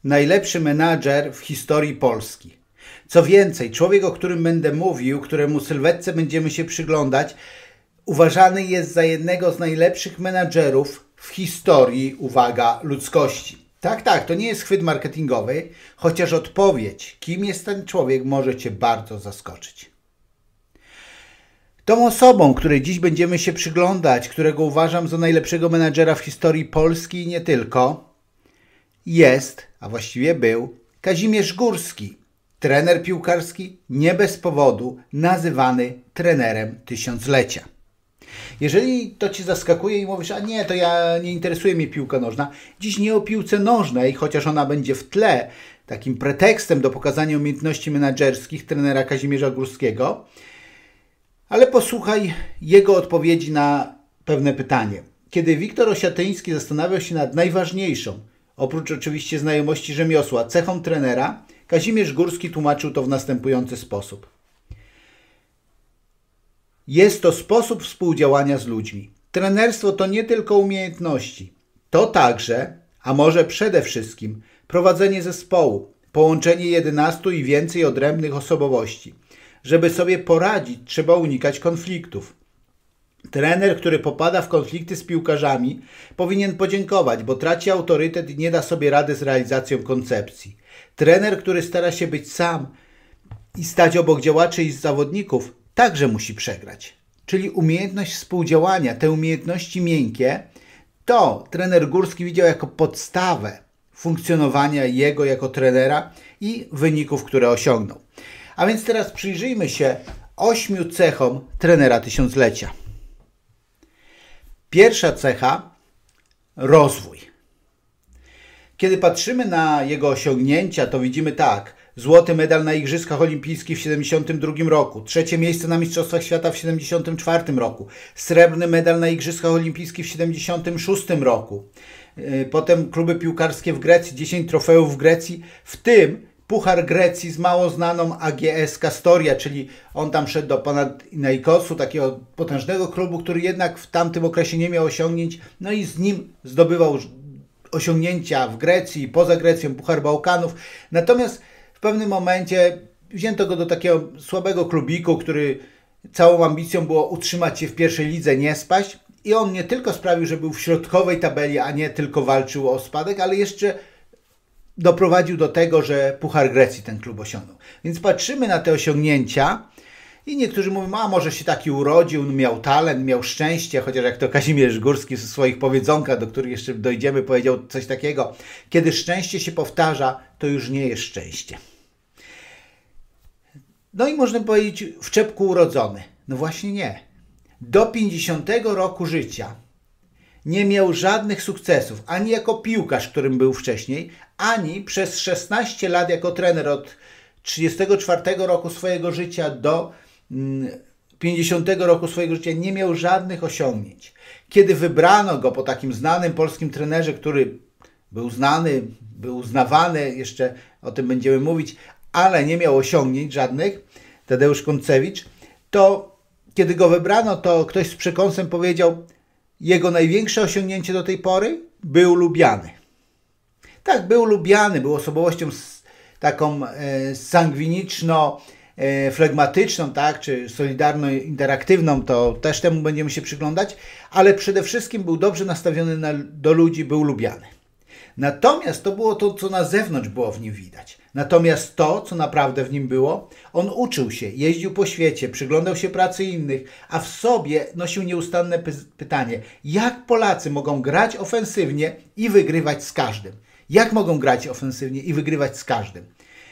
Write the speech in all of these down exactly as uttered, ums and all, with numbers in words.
najlepszy menadżer w historii Polski. Co więcej, człowiek, o którym będę mówił, któremu sylwetce będziemy się przyglądać, uważany jest za jednego z najlepszych menadżerów w historii, uwaga, ludzkości. Tak, tak, to nie jest chwyt marketingowy, chociaż odpowiedź, kim jest ten człowiek, może Cię bardzo zaskoczyć. Tą osobą, której dziś będziemy się przyglądać, którego uważam za najlepszego menadżera w historii Polski i nie tylko, jest, a właściwie był, Kazimierz Górski, trener piłkarski, nie bez powodu nazywany trenerem tysiąclecia. Jeżeli to Cię zaskakuje i mówisz, a nie, to ja nie interesuje mnie piłka nożna, dziś nie o piłce nożnej, chociaż ona będzie w tle, takim pretekstem do pokazania umiejętności menadżerskich trenera Kazimierza Górskiego, ale posłuchaj jego odpowiedzi na pewne pytanie. Kiedy Wiktor Osiatyński zastanawiał się nad najważniejszą, oprócz oczywiście znajomości rzemiosła, cechą trenera, Kazimierz Górski tłumaczył to w następujący sposób. Jest to sposób współdziałania z ludźmi. Trenerstwo to nie tylko umiejętności. To także, a może przede wszystkim, prowadzenie zespołu, połączenie jedenastu i więcej odrębnych osobowości. Żeby sobie poradzić, trzeba unikać konfliktów. Trener, który popada w konflikty z piłkarzami, powinien podziękować, bo traci autorytet i nie da sobie rady z realizacją koncepcji. Trener, który stara się być sam i stać obok działaczy i zawodników, także musi przegrać. Czyli umiejętność współdziałania, te umiejętności miękkie, to trener Górski widział jako podstawę funkcjonowania jego jako trenera i wyników, które osiągnął. A więc teraz przyjrzyjmy się ośmiu cechom trenera tysiąclecia. Pierwsza cecha – rozwój. Kiedy patrzymy na jego osiągnięcia, to widzimy tak. Złoty medal na Igrzyskach Olimpijskich w siedemdziesiątym drugim roku, trzecie miejsce na Mistrzostwach Świata w siedemdziesiątym czwartym roku, srebrny medal na Igrzyskach Olimpijskich w siedemdziesiątym szóstym roku, potem kluby piłkarskie w Grecji, dziesięć trofeów w Grecji, w tym Puchar Grecji z mało znaną A G S Kastoria, czyli on tam szedł do Panathinaikosu, takiego potężnego klubu, który jednak w tamtym okresie nie miał osiągnięć, no i z nim zdobywał osiągnięcia w Grecji, poza Grecją, Puchar Bałkanów. Natomiast w pewnym momencie wzięto go do takiego słabego klubiku, który całą ambicją było utrzymać się w pierwszej lidze, nie spaść. I on nie tylko sprawił, że był w środkowej tabeli, a nie tylko walczył o spadek, ale jeszcze doprowadził do tego, że Puchar Grecji ten klub osiągnął. Więc patrzymy na te osiągnięcia i niektórzy mówią, a może się taki urodził, miał talent, miał szczęście, chociaż jak to Kazimierz Górski w swoich powiedzonkach, do których jeszcze dojdziemy, powiedział coś takiego. Kiedy szczęście się powtarza, to już nie jest szczęście. No i można powiedzieć w czepku urodzony. No właśnie nie. Do pięćdziesiątego roku życia nie miał żadnych sukcesów, ani jako piłkarz, którym był wcześniej, ani przez szesnaście lat jako trener od trzydziestego czwartego roku swojego życia do pięćdziesiątego roku swojego życia nie miał żadnych osiągnięć. Kiedy wybrano go po takim znanym polskim trenerze, który był znany, był uznawany, jeszcze o tym będziemy mówić, ale nie miał osiągnięć żadnych, Tadeusz Koncewicz, to kiedy go wybrano, to ktoś z przekąsem powiedział, jego największe osiągnięcie do tej pory był lubiany. Tak, był lubiany, był osobowością taką e, sangwiniczno, e, flegmatyczną, tak, czy solidarno-interaktywną, to też temu będziemy się przyglądać, ale przede wszystkim był dobrze nastawiony na, do ludzi, był lubiany. Natomiast to było to, co na zewnątrz było w nim widać. Natomiast to, co naprawdę w nim było, on uczył się, jeździł po świecie, przyglądał się pracy innych, a w sobie nosił nieustanne py- pytanie, jak Polacy mogą grać ofensywnie i wygrywać z każdym? Jak mogą grać ofensywnie i wygrywać z każdym?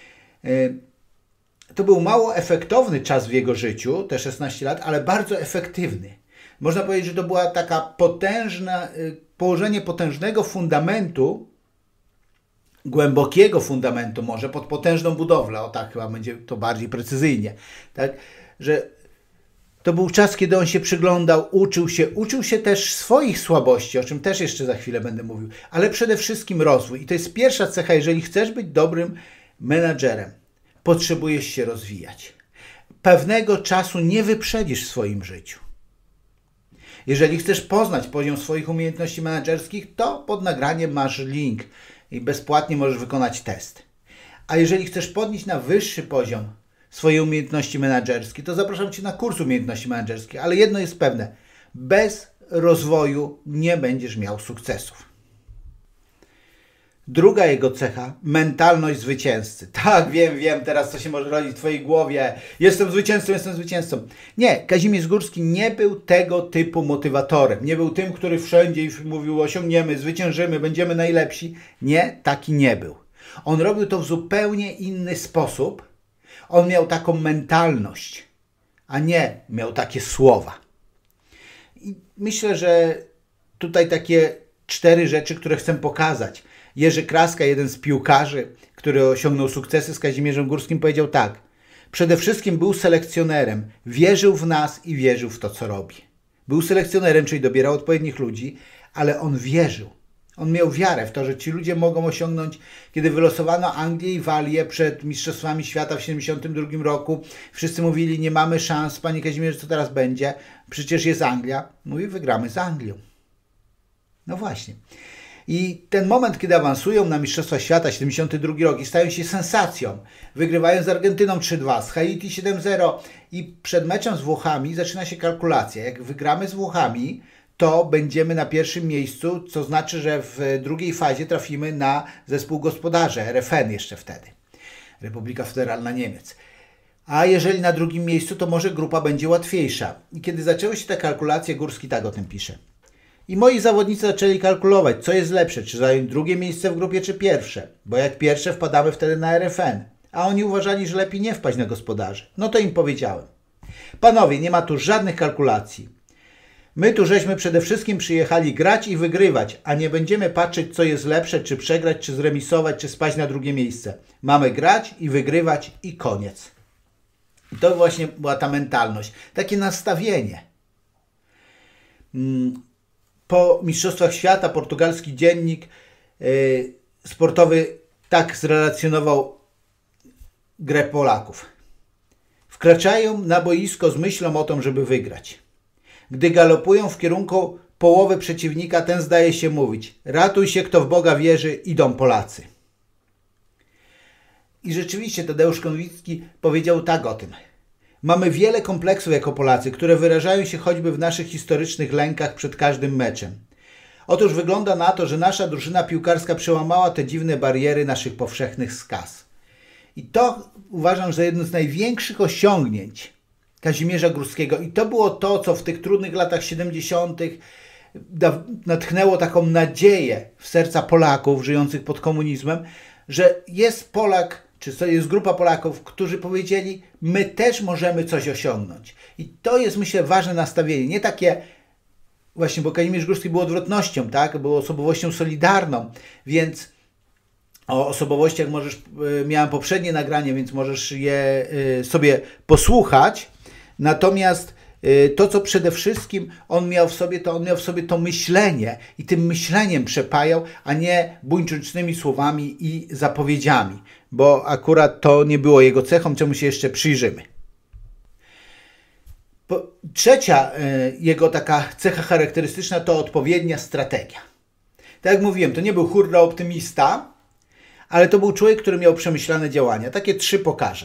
To był mało efektowny czas w jego życiu, te szesnaście lat, ale bardzo efektywny. Można powiedzieć, że to była taka potężna, położenie potężnego fundamentu, głębokiego fundamentu może, pod potężną budowlę, o tak chyba będzie to bardziej precyzyjnie, tak, że to był czas, kiedy on się przyglądał, uczył się, uczył się też swoich słabości, o czym też jeszcze za chwilę będę mówił, ale przede wszystkim rozwój. I to jest pierwsza cecha, jeżeli chcesz być dobrym menadżerem, potrzebujesz się rozwijać. Pewnego czasu nie wyprzedzisz w swoim życiu. Jeżeli chcesz poznać poziom swoich umiejętności menedżerskich, to pod nagraniem masz link i bezpłatnie możesz wykonać test. A jeżeli chcesz podnieść na wyższy poziom swoje umiejętności menedżerskie, to zapraszam Cię na kurs umiejętności menedżerskich, ale jedno jest pewne, bez rozwoju nie będziesz miał sukcesów. Druga jego cecha, mentalność zwycięzcy. Tak, wiem, wiem, teraz co się może rodzić w Twojej głowie. Jestem zwycięzcą, jestem zwycięzcą. Nie, Kazimierz Górski nie był tego typu motywatorem. Nie był tym, który wszędzie mówił, osiągniemy, zwyciężymy, będziemy najlepsi. Nie, taki nie był. On robił to w zupełnie inny sposób. On miał taką mentalność, a nie miał takie słowa. I myślę, że tutaj takie cztery rzeczy, które chcę pokazać. Jerzy Kraska, jeden z piłkarzy, który osiągnął sukcesy z Kazimierzem Górskim, powiedział tak. Przede wszystkim był selekcjonerem. Wierzył w nas i wierzył w to, co robi. Był selekcjonerem, czyli dobierał odpowiednich ludzi, ale on wierzył. On miał wiarę w to, że ci ludzie mogą osiągnąć, kiedy wylosowano Anglię i Walię przed Mistrzostwami Świata w siedemdziesiątym drugim roku. Wszyscy mówili, nie mamy szans, panie Kazimierzu, co teraz będzie? Przecież jest Anglia. Mówi, wygramy z Anglią. No właśnie. I ten moment, kiedy awansują na Mistrzostwa Świata, siedemdziesiąty drugi rok i stają się sensacją, wygrywają z Argentyną trzy dwa, z Haiti siedem zero i przed meczem z Włochami zaczyna się kalkulacja. Jak wygramy z Włochami, to będziemy na pierwszym miejscu, co znaczy, że w drugiej fazie trafimy na zespół gospodarzy, R F N jeszcze wtedy, Republika Federalna Niemiec. A jeżeli na drugim miejscu, to może grupa będzie łatwiejsza. I kiedy zaczęły się te kalkulacje, Górski tak o tym pisze. I moi zawodnicy zaczęli kalkulować, co jest lepsze, czy zająć drugie miejsce w grupie, czy pierwsze. Bo jak pierwsze, wpadamy wtedy na R F N. A oni uważali, że lepiej nie wpaść na gospodarzy. No to im powiedziałem. Panowie, nie ma tu żadnych kalkulacji. My tu żeśmy przede wszystkim przyjechali grać i wygrywać, a nie będziemy patrzeć, co jest lepsze, czy przegrać, czy zremisować, czy spaść na drugie miejsce. Mamy grać i wygrywać i koniec. I to właśnie była ta mentalność. Takie nastawienie. Po Mistrzostwach Świata portugalski dziennik yy, sportowy tak zrelacjonował grę Polaków. Wkraczają na boisko z myślą o tym, żeby wygrać. Gdy galopują w kierunku połowy przeciwnika, ten zdaje się mówić: ratuj się, kto w Boga wierzy, idą Polacy. I rzeczywiście Tadeusz Konwicki powiedział tak o tym. Mamy wiele kompleksów jako Polacy, które wyrażają się choćby w naszych historycznych lękach przed każdym meczem. Otóż wygląda na to, że nasza drużyna piłkarska przełamała te dziwne bariery naszych powszechnych skaz. I to uważam za jedno z największych osiągnięć Kazimierza Górskiego. I to było to, co w tych trudnych latach siedemdziesiątych natchnęło taką nadzieję w serca Polaków żyjących pod komunizmem, że jest Polak, czy jest grupa Polaków, którzy powiedzieli, my też możemy coś osiągnąć. I to jest, myślę, ważne nastawienie. Nie takie, właśnie, bo Kazimierz Górski był odwrotnością, tak? Był osobowością solidarną, więc o osobowościach możesz, miałem poprzednie nagranie, więc możesz je sobie posłuchać. Natomiast to, co przede wszystkim on miał w sobie, to on miał w sobie to myślenie i tym myśleniem przepajał, a nie buńczucznymi słowami i zapowiedziami, bo akurat to nie było jego cechą, czemu się jeszcze przyjrzymy. Po, trzecia y, jego taka cecha charakterystyczna to odpowiednia strategia. Tak jak mówiłem, to nie był hurra optymista, ale to był człowiek, który miał przemyślane działania. Takie trzy pokażę.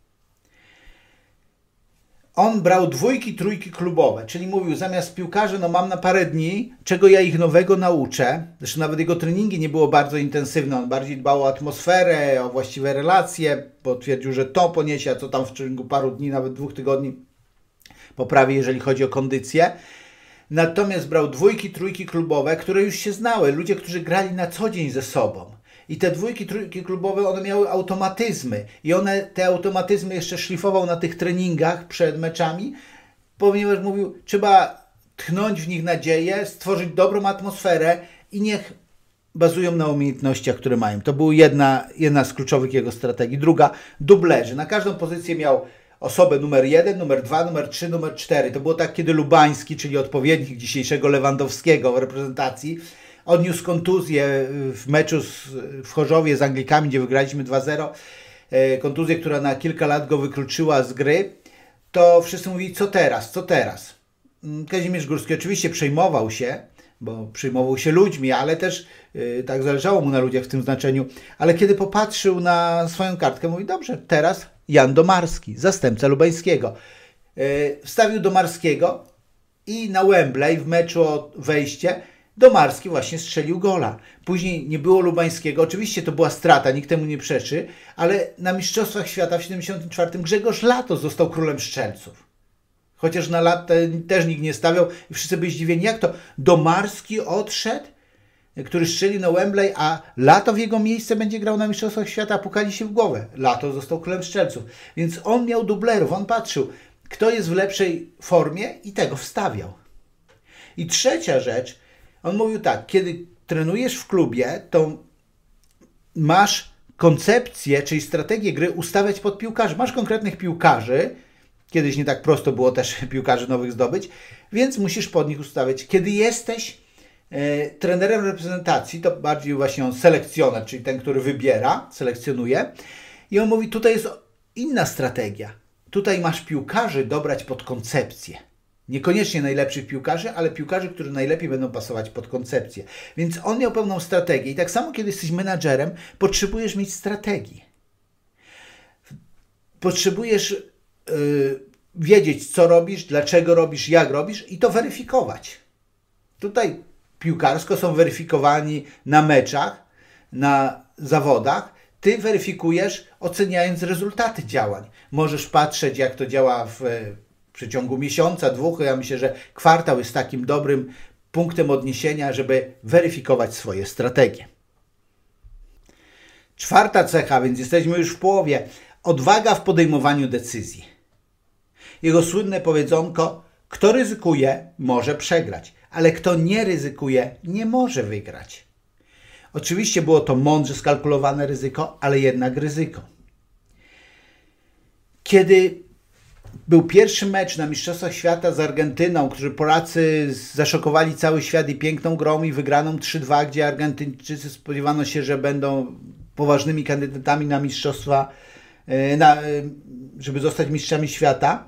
On brał dwójki, trójki klubowe, czyli mówił, zamiast piłkarzy, no mam na parę dni, czego ja ich nowego nauczę. Zresztą nawet jego treningi nie było bardzo intensywne, on bardziej dbał o atmosferę, o właściwe relacje, bo twierdził, że to poniesie, a co tam w ciągu paru dni, nawet dwóch tygodni poprawi, jeżeli chodzi o kondycję. Natomiast brał dwójki, trójki klubowe, które już się znały, ludzie, którzy grali na co dzień ze sobą. I te dwójki, trójki klubowe, one miały automatyzmy. I one, te automatyzmy jeszcze szlifował na tych treningach przed meczami, ponieważ mówił, trzeba tchnąć w nich nadzieję, stworzyć dobrą atmosferę i niech bazują na umiejętnościach, które mają. To była jedna, jedna z kluczowych jego strategii. Druga, dublerzy. Na każdą pozycję miał osobę numer jeden, numer dwa, numer trzy, numer cztery. To było tak, kiedy Lubański, czyli odpowiednik dzisiejszego Lewandowskiego w reprezentacji, odniósł kontuzję w meczu z, w Chorzowie z Anglikami, gdzie wygraliśmy dwa zero. Kontuzję, która na kilka lat go wykluczyła z gry. To wszyscy mówili, co teraz, co teraz? Kazimierz Górski oczywiście przejmował się, bo przyjmował się ludźmi, ale też yy, tak zależało mu na ludziach w tym znaczeniu. Ale kiedy popatrzył na swoją kartkę, mówi, dobrze, teraz Jan Domarski, zastępca Lubańskiego. Yy, wstawił Domarskiego i na Wembley w meczu o wejście Domarski właśnie strzelił gola. Później nie było Lubańskiego. Oczywiście to była strata, nikt temu nie przeczy, ale na Mistrzostwach Świata w siedemdziesiątym czwartym Grzegorz Latos został królem strzelców. Chociaż na lat też nikt nie stawiał i wszyscy byli zdziwieni, jak to Domarski odszedł, który strzelił na Wembley, a Lato w jego miejsce będzie grał na Mistrzostwach Świata, a pukali się w głowę. Lato został królem strzelców. Więc on miał dublerów, on patrzył, kto jest w lepszej formie i tego wstawiał. I trzecia rzecz, on mówił tak, kiedy trenujesz w klubie, to masz koncepcję, czyli strategię gry ustawiać pod piłkarzy. Masz konkretnych piłkarzy, kiedyś nie tak prosto było też piłkarzy nowych zdobyć, więc musisz pod nich ustawiać. Kiedy jesteś e, trenerem reprezentacji, to bardziej właśnie on selekcjoner, czyli ten, który wybiera, selekcjonuje. I on mówi, tutaj jest inna strategia. Tutaj masz piłkarzy dobrać pod koncepcję. Niekoniecznie najlepszych piłkarzy, ale piłkarzy, którzy najlepiej będą pasować pod koncepcję. Więc on miał pełną strategię. I tak samo, kiedy jesteś menadżerem, potrzebujesz mieć strategii. Potrzebujesz yy, wiedzieć, co robisz, dlaczego robisz, jak robisz i to weryfikować. Tutaj piłkarsko są weryfikowani na meczach, na zawodach. Ty weryfikujesz, oceniając rezultaty działań. Możesz patrzeć, jak to działa w w przeciągu miesiąca, dwóch. Ja myślę, że kwartał jest takim dobrym punktem odniesienia, żeby weryfikować swoje strategie. Czwarta cecha, więc jesteśmy już w połowie. Odwaga w podejmowaniu decyzji. Jego słynne powiedzonko, kto ryzykuje, może przegrać, ale kto nie ryzykuje, nie może wygrać. Oczywiście było to mądrze skalkulowane ryzyko, ale jednak ryzyko. Kiedy był pierwszy mecz na Mistrzostwach Świata z Argentyną, który Polacy zaszokowali cały świat i piękną grą i wygraną trzy dwa, gdzie Argentyńczycy spodziewano się, że będą poważnymi kandydatami na mistrzostwa, na, żeby zostać mistrzami świata.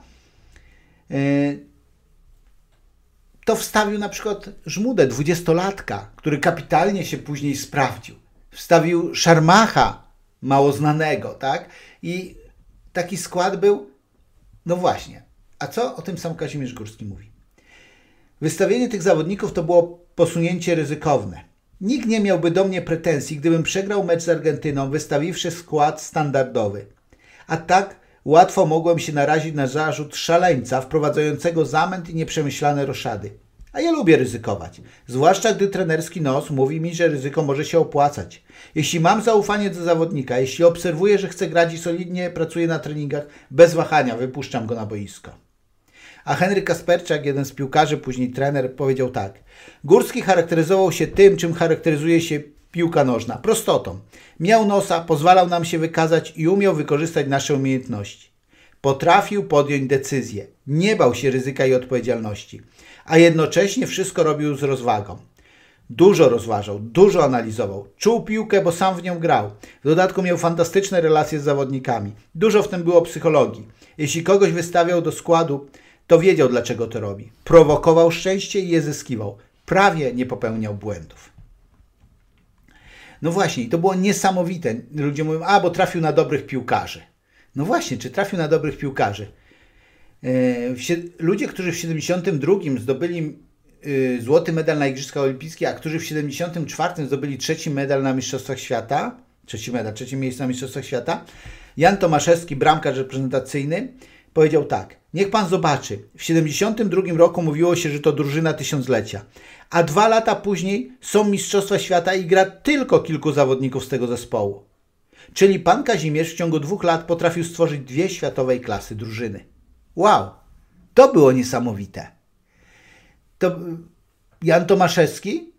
To wstawił na przykład Żmudę, dwudziestolatka, który kapitalnie się później sprawdził. Wstawił Szarmacha, mało znanego, tak? I taki skład był. No właśnie. A co o tym sam Kazimierz Górski mówi? Wystawienie tych zawodników to było posunięcie ryzykowne. Nikt nie miałby do mnie pretensji, gdybym przegrał mecz z Argentyną, wystawiwszy skład standardowy. A tak łatwo mogłem się narazić na zarzut szaleńca wprowadzającego zamęt i nieprzemyślane roszady. A ja lubię ryzykować. Zwłaszcza gdy trenerski nos mówi mi, że ryzyko może się opłacać. Jeśli mam zaufanie do zawodnika, jeśli obserwuję, że chce grać i solidnie pracuje na treningach, bez wahania wypuszczam go na boisko. A Henryk Kasperczak, jeden z piłkarzy, później trener, powiedział tak. Górski charakteryzował się tym, czym charakteryzuje się piłka nożna. Prostotą. Miał nosa, pozwalał nam się wykazać i umiał wykorzystać nasze umiejętności. Potrafił podjąć decyzję. Nie bał się ryzyka i odpowiedzialności. A jednocześnie wszystko robił z rozwagą. Dużo rozważał, dużo analizował. Czuł piłkę, bo sam w nią grał. W dodatku miał fantastyczne relacje z zawodnikami. Dużo w tym było psychologii. Jeśli kogoś wystawiał do składu, to wiedział, dlaczego to robi. Prowokował szczęście i je zyskiwał. Prawie nie popełniał błędów. No właśnie, to było niesamowite. Ludzie mówią, a bo trafił na dobrych piłkarzy. No właśnie, czy trafił na dobrych piłkarzy? Ludzie, którzy w siedemdziesiątym drugim zdobyli złoty medal na Igrzyskach Olimpijskich, a którzy w siedemdziesiątym czwartym zdobyli trzeci medal na Mistrzostwach Świata, trzeci medal, trzecie miejsce na Mistrzostwach Świata, Jan Tomaszewski, bramkarz reprezentacyjny, powiedział tak, niech pan zobaczy, w siedemdziesiątym drugim roku mówiło się, że to drużyna tysiąclecia, a dwa lata później są Mistrzostwa Świata i gra tylko kilku zawodników z tego zespołu. Czyli pan Kazimierz w ciągu dwóch lat potrafił stworzyć dwie światowej klasy drużyny. Wow, to było niesamowite. To Jan Tomaszewski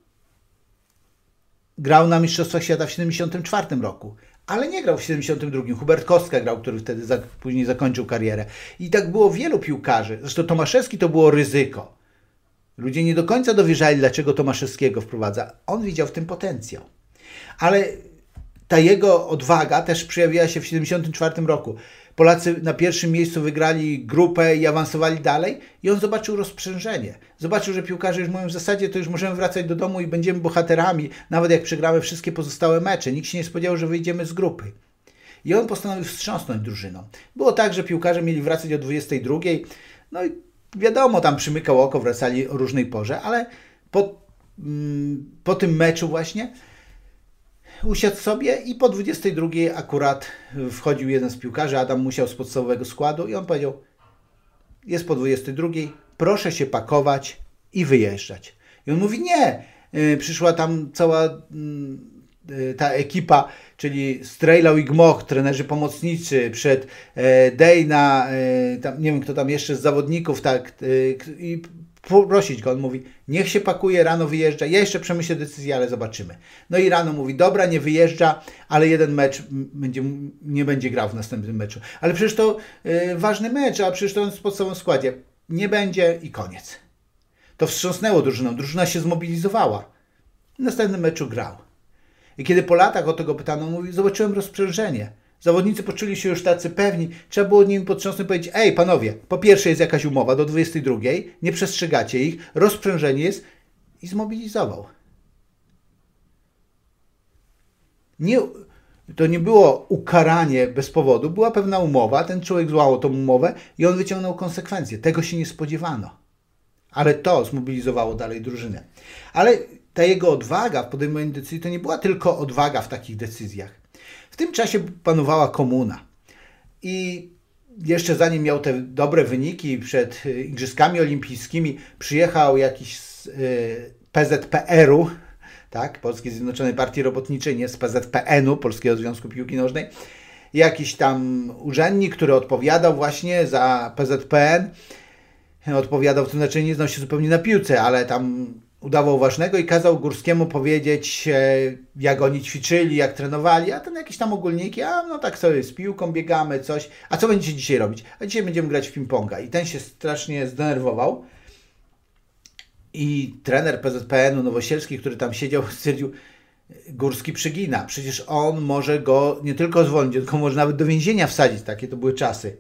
grał na Mistrzostwach Świata w siedemdziesiątym czwartym roku, ale nie grał w siedemdziesiątym drugim. Hubert Kostka grał, który wtedy za, później zakończył karierę. I tak było wielu piłkarzy. Zresztą Tomaszewski to było ryzyko. Ludzie nie do końca dowierzali, dlaczego Tomaszewskiego wprowadza. On widział w tym potencjał. Ale ta jego odwaga też przejawiła się w siedemdziesiątym czwartym roku. Polacy na pierwszym miejscu wygrali grupę i awansowali dalej i on zobaczył rozprzężenie. Zobaczył, że piłkarze już mówią, w zasadzie to już możemy wracać do domu i będziemy bohaterami, nawet jak przegramy wszystkie pozostałe mecze. Nikt się nie spodziewał, że wyjdziemy z grupy. I on postanowił wstrząsnąć drużyną. Było tak, że piłkarze mieli wracać o dwudziestej drugiej, no i wiadomo, tam przymykał oko, wracali o różnej porze, ale po, mm, po tym meczu właśnie usiadł sobie i po dwudziestej drugiej akurat wchodził jeden z piłkarzy, Adam Musiał z podstawowego składu i on powiedział, jest po dwudziestej drugiej, proszę się pakować i wyjeżdżać. I on mówi, nie, przyszła tam cała ta ekipa, czyli Strejlał i Gmoch, trenerzy pomocniczy, przed Dejna, tam, nie wiem kto tam jeszcze z zawodników, tak, i poprosić go. On mówi, niech się pakuje, rano wyjeżdża, ja jeszcze przemyślę decyzję, ale zobaczymy. No i rano mówi, dobra, nie wyjeżdża, ale jeden mecz będzie, nie będzie grał w następnym meczu. Ale przecież to y, ważny mecz, a przecież to on w podstawowym składzie. Nie będzie i koniec. To wstrząsnęło drużyną, drużyna się zmobilizowała. W następnym meczu grał. I kiedy po latach o tego pytano, on mówi, zobaczyłem rozprzężenie. Zawodnicy poczuli się już tacy pewni, trzeba było nimi potrząsnąć i powiedzieć, ej panowie, po pierwsze jest jakaś umowa do dwudziestej drugiej, nie przestrzegacie ich, rozprzężenie jest i zmobilizował. Nie, to nie było ukaranie bez powodu, była pewna umowa, ten człowiek złamał tą umowę i on wyciągnął konsekwencje. Tego się nie spodziewano. Ale to zmobilizowało dalej drużynę. Ale ta jego odwaga w podejmowaniu decyzji to nie była tylko odwaga w takich decyzjach. W tym czasie panowała komuna i jeszcze zanim miał te dobre wyniki przed Igrzyskami Olimpijskimi, przyjechał jakiś z P Z P R-u, tak, Polskiej Zjednoczonej Partii Robotniczej, nie z P Z P N-u, Polskiego Związku Piłki Nożnej, jakiś tam urzędnik, który odpowiadał właśnie za P Z P N, odpowiadał w tym znaczeniu, nie znał się zupełnie na piłce, ale tam udawał ważnego i kazał Górskiemu powiedzieć, jak oni ćwiczyli, jak trenowali, a ten jakieś tam ogólniki, a no tak sobie z piłką biegamy, coś, a co będziecie dzisiaj robić? A dzisiaj będziemy grać w ping-ponga. I ten się strasznie zdenerwował i trener P Z P N-u Nowosielski, który tam siedział, stwierdził, Górski przygina, przecież on może go nie tylko zwolnić, tylko może nawet do więzienia wsadzić, takie to były czasy.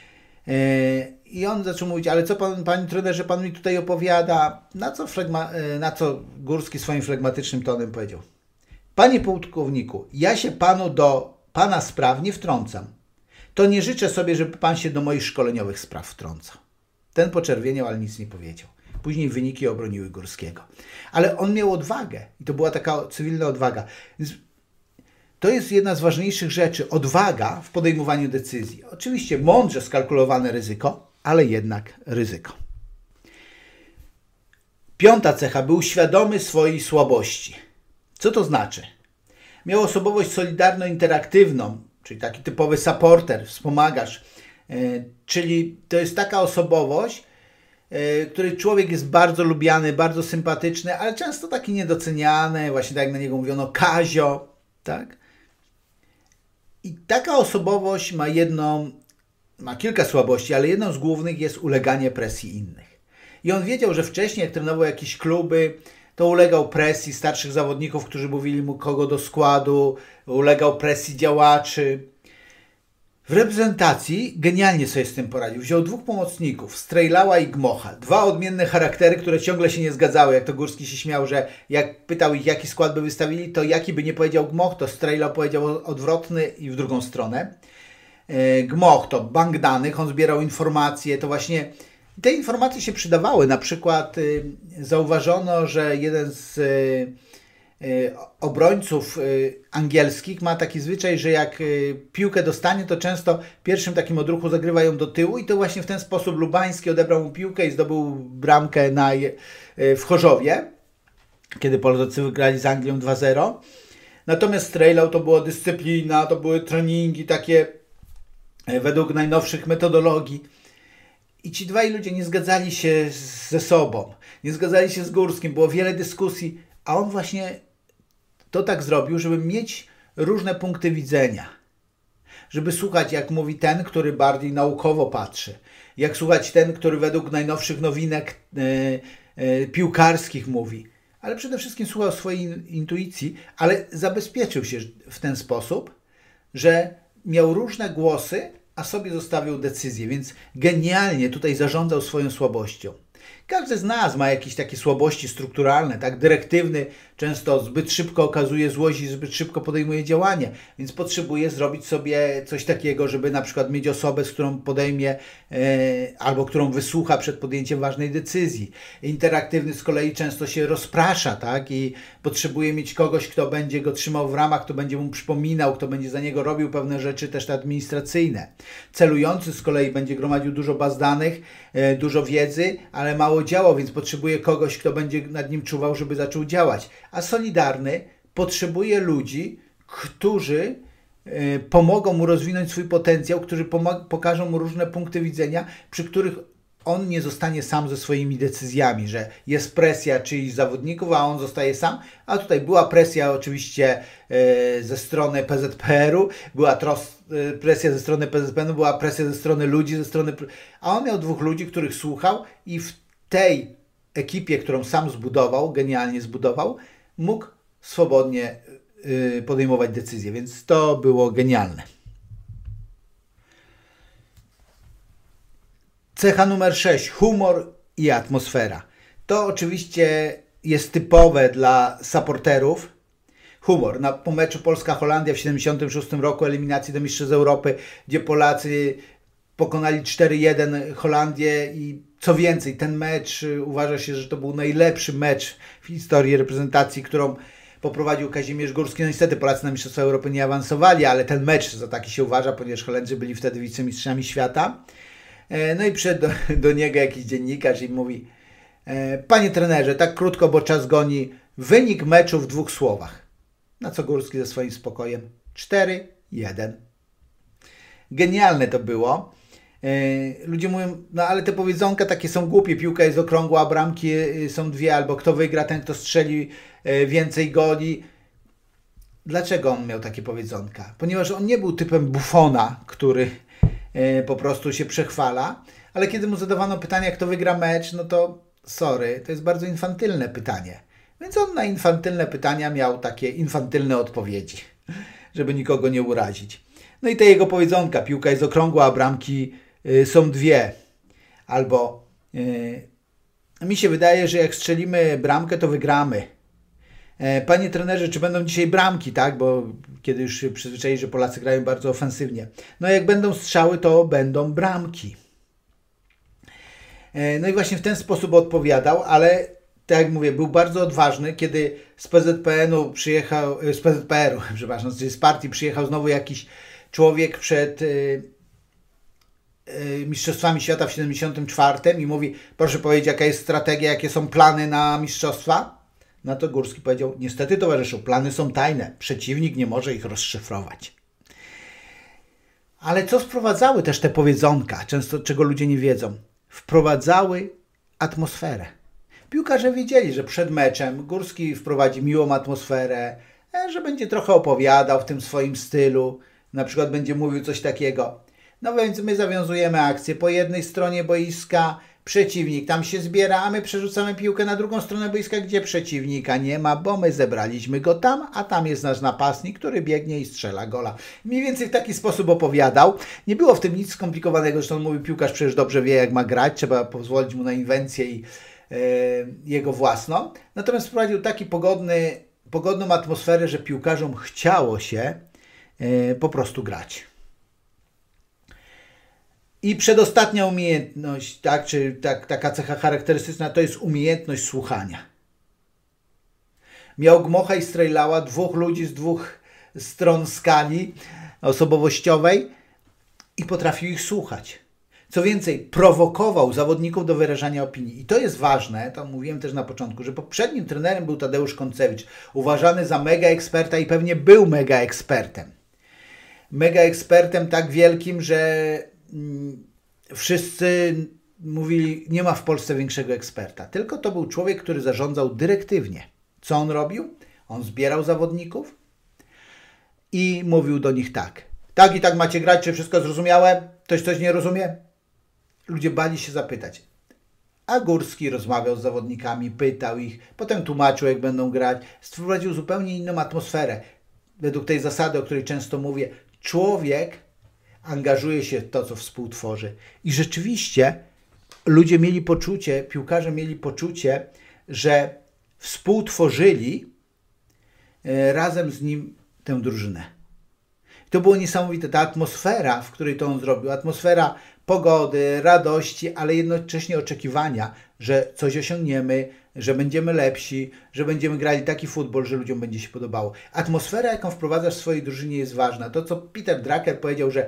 I on zaczął mówić, ale co pan, panie trenerze, pan mi tutaj opowiada, na co, flegma, na co Górski swoim flegmatycznym tonem powiedział, panie pułkowniku, ja się panu do pana spraw nie wtrącam. To nie życzę sobie, żeby pan się do moich szkoleniowych spraw wtrącał. Ten poczerwieniał, ale nic nie powiedział. Później wyniki obroniły Górskiego. Ale on miał odwagę i to była taka cywilna odwaga. Więc to jest jedna z ważniejszych rzeczy, odwaga w podejmowaniu decyzji. Oczywiście mądrze skalkulowane ryzyko, ale jednak ryzyko. Piąta cecha, był świadomy swojej słabości. Co to znaczy? Miał osobowość solidarno-interaktywną, czyli taki typowy supporter, wspomagasz, yy, czyli to jest taka osobowość, yy, której człowiek jest bardzo lubiany, bardzo sympatyczny, ale często taki niedoceniany, właśnie tak jak na niego mówiono, Kazio, tak? I taka osobowość ma jedną, ma kilka słabości, ale jedną z głównych jest uleganie presji innych. I on wiedział, że wcześniej jak trenował jakieś kluby, to ulegał presji starszych zawodników, którzy mówili mu kogo do składu, ulegał presji działaczy. W reprezentacji genialnie sobie z tym poradził. Wziął dwóch pomocników, Strejlała i Gmocha. Dwa odmienne charaktery, które ciągle się nie zgadzały. Jak to Górski się śmiał, że jak pytał ich, jaki skład by wystawili, to jaki by nie powiedział Gmoch, to Strejlał powiedział odwrotny i w drugą stronę. Gmoch to bank danych, on zbierał informacje, to właśnie te informacje się przydawały. Na przykład zauważono, że jeden z obrońców angielskich ma taki zwyczaj, że jak piłkę dostanie, to często pierwszym takim odruchu zagrywa ją do tyłu i to właśnie w ten sposób Lubański odebrał mu piłkę i zdobył bramkę na, w Chorzowie, kiedy Polacy wygrali z Anglią dwa zero. Natomiast Strejlał to była dyscyplina, to były treningi takie według najnowszych metodologii. I ci dwaj ludzie nie zgadzali się ze sobą, nie zgadzali się z Górskim, było wiele dyskusji, a on właśnie to tak zrobił, żeby mieć różne punkty widzenia. Żeby słuchać, jak mówi ten, który bardziej naukowo patrzy. Jak słuchać ten, który według najnowszych nowinek yy, yy, piłkarskich mówi. ale przede wszystkim słuchał swojej intuicji, ale zabezpieczył się w ten sposób, że miał różne głosy, a sobie zostawił decyzję, więc genialnie tutaj zarządzał swoją słabością. Każdy z nas ma jakieś takie słabości strukturalne, tak? Dyrektywny często zbyt szybko okazuje złość i zbyt szybko podejmuje działanie, więc potrzebuje zrobić sobie coś takiego, żeby na przykład mieć osobę, z którą podejmie e, albo którą wysłucha przed podjęciem ważnej decyzji. Interaktywny z kolei często się rozprasza, tak? I potrzebuje mieć kogoś, kto będzie go trzymał w ramach, kto będzie mu przypominał, kto będzie za niego robił pewne rzeczy też administracyjne. Celujący z kolei będzie gromadził dużo baz danych, e, dużo wiedzy, ale mało działał, więc potrzebuje kogoś, kto będzie nad nim czuwał, żeby zaczął działać. A solidarny potrzebuje ludzi, którzy y, pomogą mu rozwinąć swój potencjał, którzy pokażą mu różne punkty widzenia, przy których on nie zostanie sam ze swoimi decyzjami, że jest presja czyichś zawodników, a on zostaje sam, a tutaj była presja oczywiście y, ze strony P Z P R u, była tros, y, presja ze strony P Z P N u, była presja ze strony ludzi, ze strony, a on miał dwóch ludzi, których słuchał i w tej ekipie, którą sam zbudował, genialnie zbudował, mógł swobodnie podejmować decyzje, więc to było genialne. Cecha numer sześć. Humor i atmosfera. To oczywiście jest typowe dla supporterów. Humor. Na, po meczu Polska-Holandia w siedemdziesiątym szóstym roku eliminacji do Mistrzostw Europy, gdzie Polacy pokonali cztery jeden Holandię i co więcej, ten mecz uważa się, że to był najlepszy mecz w historii reprezentacji, którą poprowadził Kazimierz Górski. No niestety Polacy na Mistrzostwa Europy nie awansowali, ale ten mecz za taki się uważa, ponieważ Holendrzy byli wtedy wicemistrzami świata. No i przyszedł do, do niego jakiś dziennikarz i mówi: panie trenerze, tak krótko, bo czas goni, wynik meczu w dwóch słowach. Na co Górski ze swoim spokojem: cztery jeden. Genialne to było. Ludzie mówią, no ale te powiedzonka takie są głupie, piłka jest okrągła, a bramki są dwie, albo kto wygra, ten kto strzeli więcej goli. Dlaczego on miał takie powiedzonka? Ponieważ on nie był typem Buffona, który po prostu się przechwala, ale kiedy mu zadawano pytania, kto wygra mecz, no to sorry, to jest bardzo infantylne pytanie. Więc on na infantylne pytania miał takie infantylne odpowiedzi, żeby nikogo nie urazić. No i te jego powiedzonka, piłka jest okrągła, a bramki y, są dwie. Albo y, mi się wydaje, że jak strzelimy bramkę, to wygramy. E, panie trenerze, czy będą dzisiaj bramki, tak? Bo kiedy już się przyzwyczaili, że Polacy grają bardzo ofensywnie. No jak będą strzały, to będą bramki. E, no i właśnie w ten sposób odpowiadał, ale tak jak mówię, był bardzo odważny, kiedy z P Z P N u przyjechał, z P Z P R u, przepraszam, z partii przyjechał znowu jakiś człowiek przed y, y, Mistrzostwami Świata w siedemdziesiątym czwartym i mówi: proszę powiedzieć, jaka jest strategia, jakie są plany na mistrzostwa? Na to Górski powiedział: niestety towarzyszu, plany są tajne, przeciwnik nie może ich rozszyfrować. Ale co wprowadzały też te powiedzonka, często czego ludzie nie wiedzą? Wprowadzały atmosferę. Piłkarze wiedzieli, że przed meczem Górski wprowadzi miłą atmosferę, że będzie trochę opowiadał w tym swoim stylu, na przykład będzie mówił coś takiego: no więc my zawiązujemy akcję po jednej stronie boiska, przeciwnik tam się zbiera, a my przerzucamy piłkę na drugą stronę boiska, gdzie przeciwnika nie ma, bo my zebraliśmy go tam, a tam jest nasz napastnik, który biegnie i strzela gola. Mniej więcej w taki sposób opowiadał. Nie było w tym nic skomplikowanego, zresztą on mówił, piłkarz przecież dobrze wie, jak ma grać, trzeba pozwolić mu na inwencję i yy, jego własną. Natomiast wprowadził taki pogodny, pogodną atmosferę, że piłkarzom chciało się yy, po prostu grać. I przedostatnia umiejętność, tak, czy tak, taka cecha charakterystyczna, to jest umiejętność słuchania. Miał Gmocha i Strejlała, dwóch ludzi z dwóch stron skali osobowościowej i potrafił ich słuchać. Co więcej, prowokował zawodników do wyrażania opinii. I to jest ważne, to mówiłem też na początku, że poprzednim trenerem był Tadeusz Koncewicz, uważany za mega eksperta i pewnie był mega ekspertem. Mega ekspertem tak wielkim, że wszyscy mówili, nie ma w Polsce większego eksperta. Tylko to był człowiek, który zarządzał dyrektywnie. Co on robił? On zbierał zawodników i mówił do nich tak. Tak i tak macie grać, czy wszystko zrozumiałe? Ktoś coś nie rozumie? Ludzie bali się zapytać. A Górski rozmawiał z zawodnikami, pytał ich, potem tłumaczył, jak będą grać. Wprowadził zupełnie inną atmosferę. Według tej zasady, o której często mówię, człowiek angażuje się w to, co współtworzy. I rzeczywiście ludzie mieli poczucie, piłkarze mieli poczucie, że współtworzyli razem z nim tę drużynę. To było niesamowite. Ta atmosfera, w której to on zrobił, atmosfera pogody, radości, ale jednocześnie oczekiwania, że coś osiągniemy, że będziemy lepsi, że będziemy grali taki futbol, że ludziom będzie się podobało. Atmosfera, jaką wprowadzasz w swojej drużynie, jest ważna. To, co Peter Drucker powiedział, że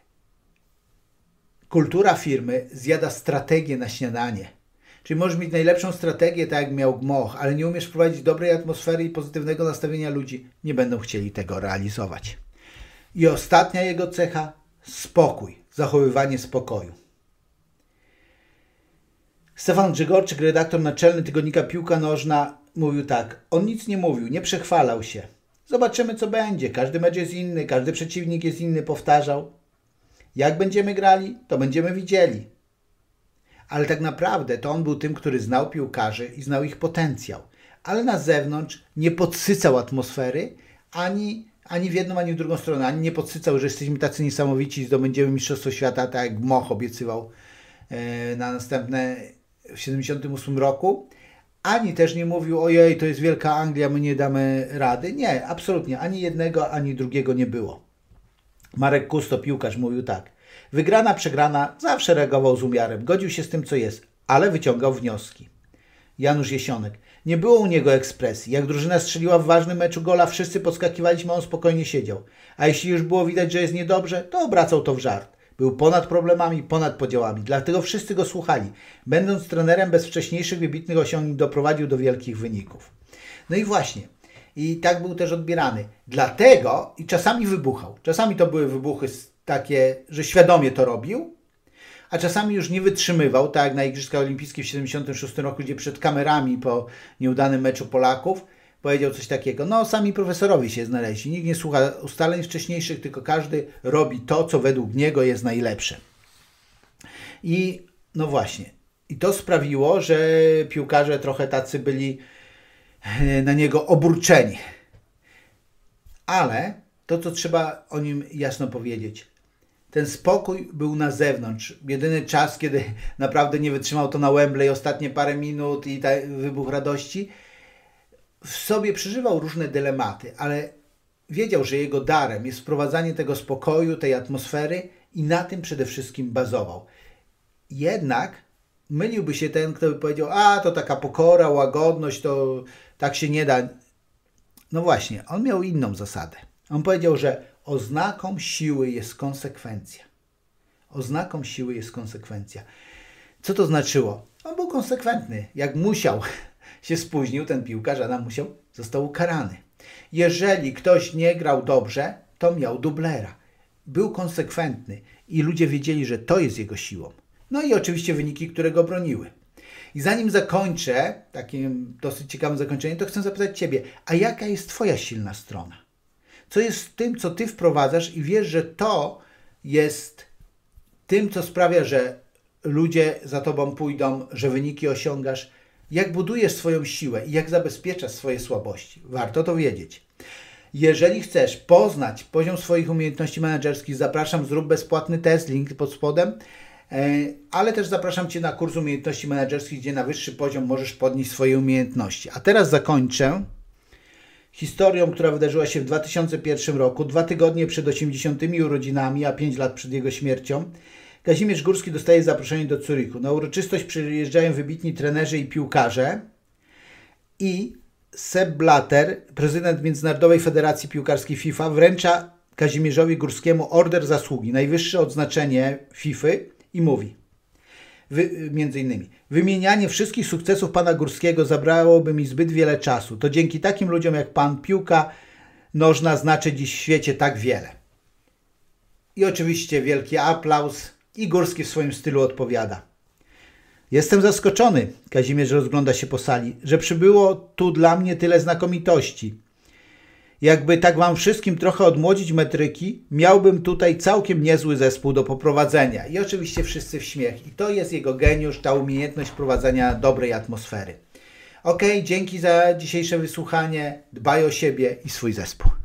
kultura firmy zjada strategię na śniadanie. Czyli możesz mieć najlepszą strategię, tak jak miał Gmoch, ale nie umiesz wprowadzić dobrej atmosfery i pozytywnego nastawienia ludzi, nie będą chcieli tego realizować. I ostatnia jego cecha, spokój, zachowywanie spokoju. Stefan Grzegorczyk, redaktor naczelny tygodnika Piłka Nożna, mówił tak: on nic nie mówił, nie przechwalał się. Zobaczymy, co będzie. Każdy mecz jest inny, każdy przeciwnik jest inny, powtarzał. Jak będziemy grali, to będziemy widzieli. Ale tak naprawdę to on był tym, który znał piłkarzy i znał ich potencjał. Ale na zewnątrz nie podsycał atmosfery ani, ani w jedną, ani w drugą stronę. Ani nie podsycał, że jesteśmy tacy niesamowici i zdobędziemy Mistrzostwo Świata, tak jak Gmoch obiecywał e, na następne w siedemdziesiątym ósmym roku. Ani też nie mówił: ojej, to jest wielka Anglia, my nie damy rady. Nie, absolutnie. Ani jednego, ani drugiego nie było. Marek Kusto, piłkarz, mówił tak: wygrana, przegrana, zawsze reagował z umiarem, godził się z tym, co jest, ale wyciągał wnioski. Janusz Jesionek: nie było u niego ekspresji. Jak drużyna strzeliła w ważnym meczu gola, wszyscy podskakiwaliśmy, a on spokojnie siedział. A jeśli już było widać, że jest niedobrze, to obracał to w żart. Był ponad problemami, ponad podziałami. Dlatego wszyscy go słuchali. Będąc trenerem bez wcześniejszych wybitnych osiągnięć, doprowadził do wielkich wyników. No i właśnie. I tak był też odbierany. Dlatego i czasami wybuchał. Czasami to były wybuchy takie, że świadomie to robił, a czasami już nie wytrzymywał, tak jak na Igrzyskach Olimpijskich w siedemdziesiątym szóstym roku, gdzie przed kamerami po nieudanym meczu Polaków powiedział coś takiego: no sami profesorowie się znaleźli, nikt nie słucha ustaleń wcześniejszych, tylko każdy robi to, co według niego jest najlepsze. I no właśnie, i to sprawiło, że piłkarze trochę tacy byli na niego obruczeni. Ale to, co trzeba o nim jasno powiedzieć, ten spokój był na zewnątrz. Jedyny czas, kiedy naprawdę nie wytrzymał, to na Wembley, ostatnie parę minut i wybuch radości. W sobie przeżywał różne dylematy, ale wiedział, że jego darem jest wprowadzanie tego spokoju, tej atmosfery i na tym przede wszystkim bazował. Jednak myliłby się ten, kto by powiedział: a to taka pokora, łagodność, to tak się nie da. No właśnie, on miał inną zasadę. On powiedział, że oznaką siły jest konsekwencja. Oznaką siły jest konsekwencja. Co to znaczyło? On był konsekwentny. Jak musiał, się spóźnił ten piłkarz, Adam Musiał, został ukarany. Jeżeli ktoś nie grał dobrze, to miał dublera. Był konsekwentny i ludzie wiedzieli, że to jest jego siłą. No i oczywiście wyniki, które go broniły. I zanim zakończę, takim dosyć ciekawym zakończeniem, to chcę zapytać Ciebie, a jaka jest Twoja silna strona? Co jest tym, co Ty wprowadzasz i wiesz, że to jest tym, co sprawia, że ludzie za Tobą pójdą, że wyniki osiągasz? Jak budujesz swoją siłę i jak zabezpieczasz swoje słabości? Warto to wiedzieć. Jeżeli chcesz poznać poziom swoich umiejętności menedżerskich, zapraszam, zrób bezpłatny test, link pod spodem, ale też zapraszam Cię na kurs umiejętności menedżerskich, gdzie na wyższy poziom możesz podnieść swoje umiejętności. A teraz zakończę historią, która wydarzyła się w dwa tysiące pierwszym roku, dwa tygodnie przed osiemdziesiątymi urodzinami, a pięć lat przed jego śmiercią. Kazimierz Górski dostaje zaproszenie do Zurichu. Na uroczystość przyjeżdżają wybitni trenerzy i piłkarze i Sepp Blatter, prezydent Międzynarodowej Federacji Piłkarskiej FIFA, wręcza Kazimierzowi Górskiemu order zasługi, najwyższe odznaczenie FIFA, i mówi wy, między innymi: wymienianie wszystkich sukcesów pana Górskiego zabrałoby mi zbyt wiele czasu. To dzięki takim ludziom jak pan piłka nożna znaczy dziś w świecie tak wiele. I oczywiście wielki aplauz i Górski w swoim stylu odpowiada: jestem zaskoczony, Kazimierz rozgląda się po sali, że przybyło tu dla mnie tyle znakomitości. jakby tak wam wszystkim trochę odmłodzić metryki, miałbym tutaj całkiem niezły zespół do poprowadzenia. I oczywiście wszyscy w śmiech. I to jest jego geniusz, ta umiejętność prowadzenia dobrej atmosfery. Ok, dzięki za dzisiejsze wysłuchanie. Dbaj o siebie i swój zespół.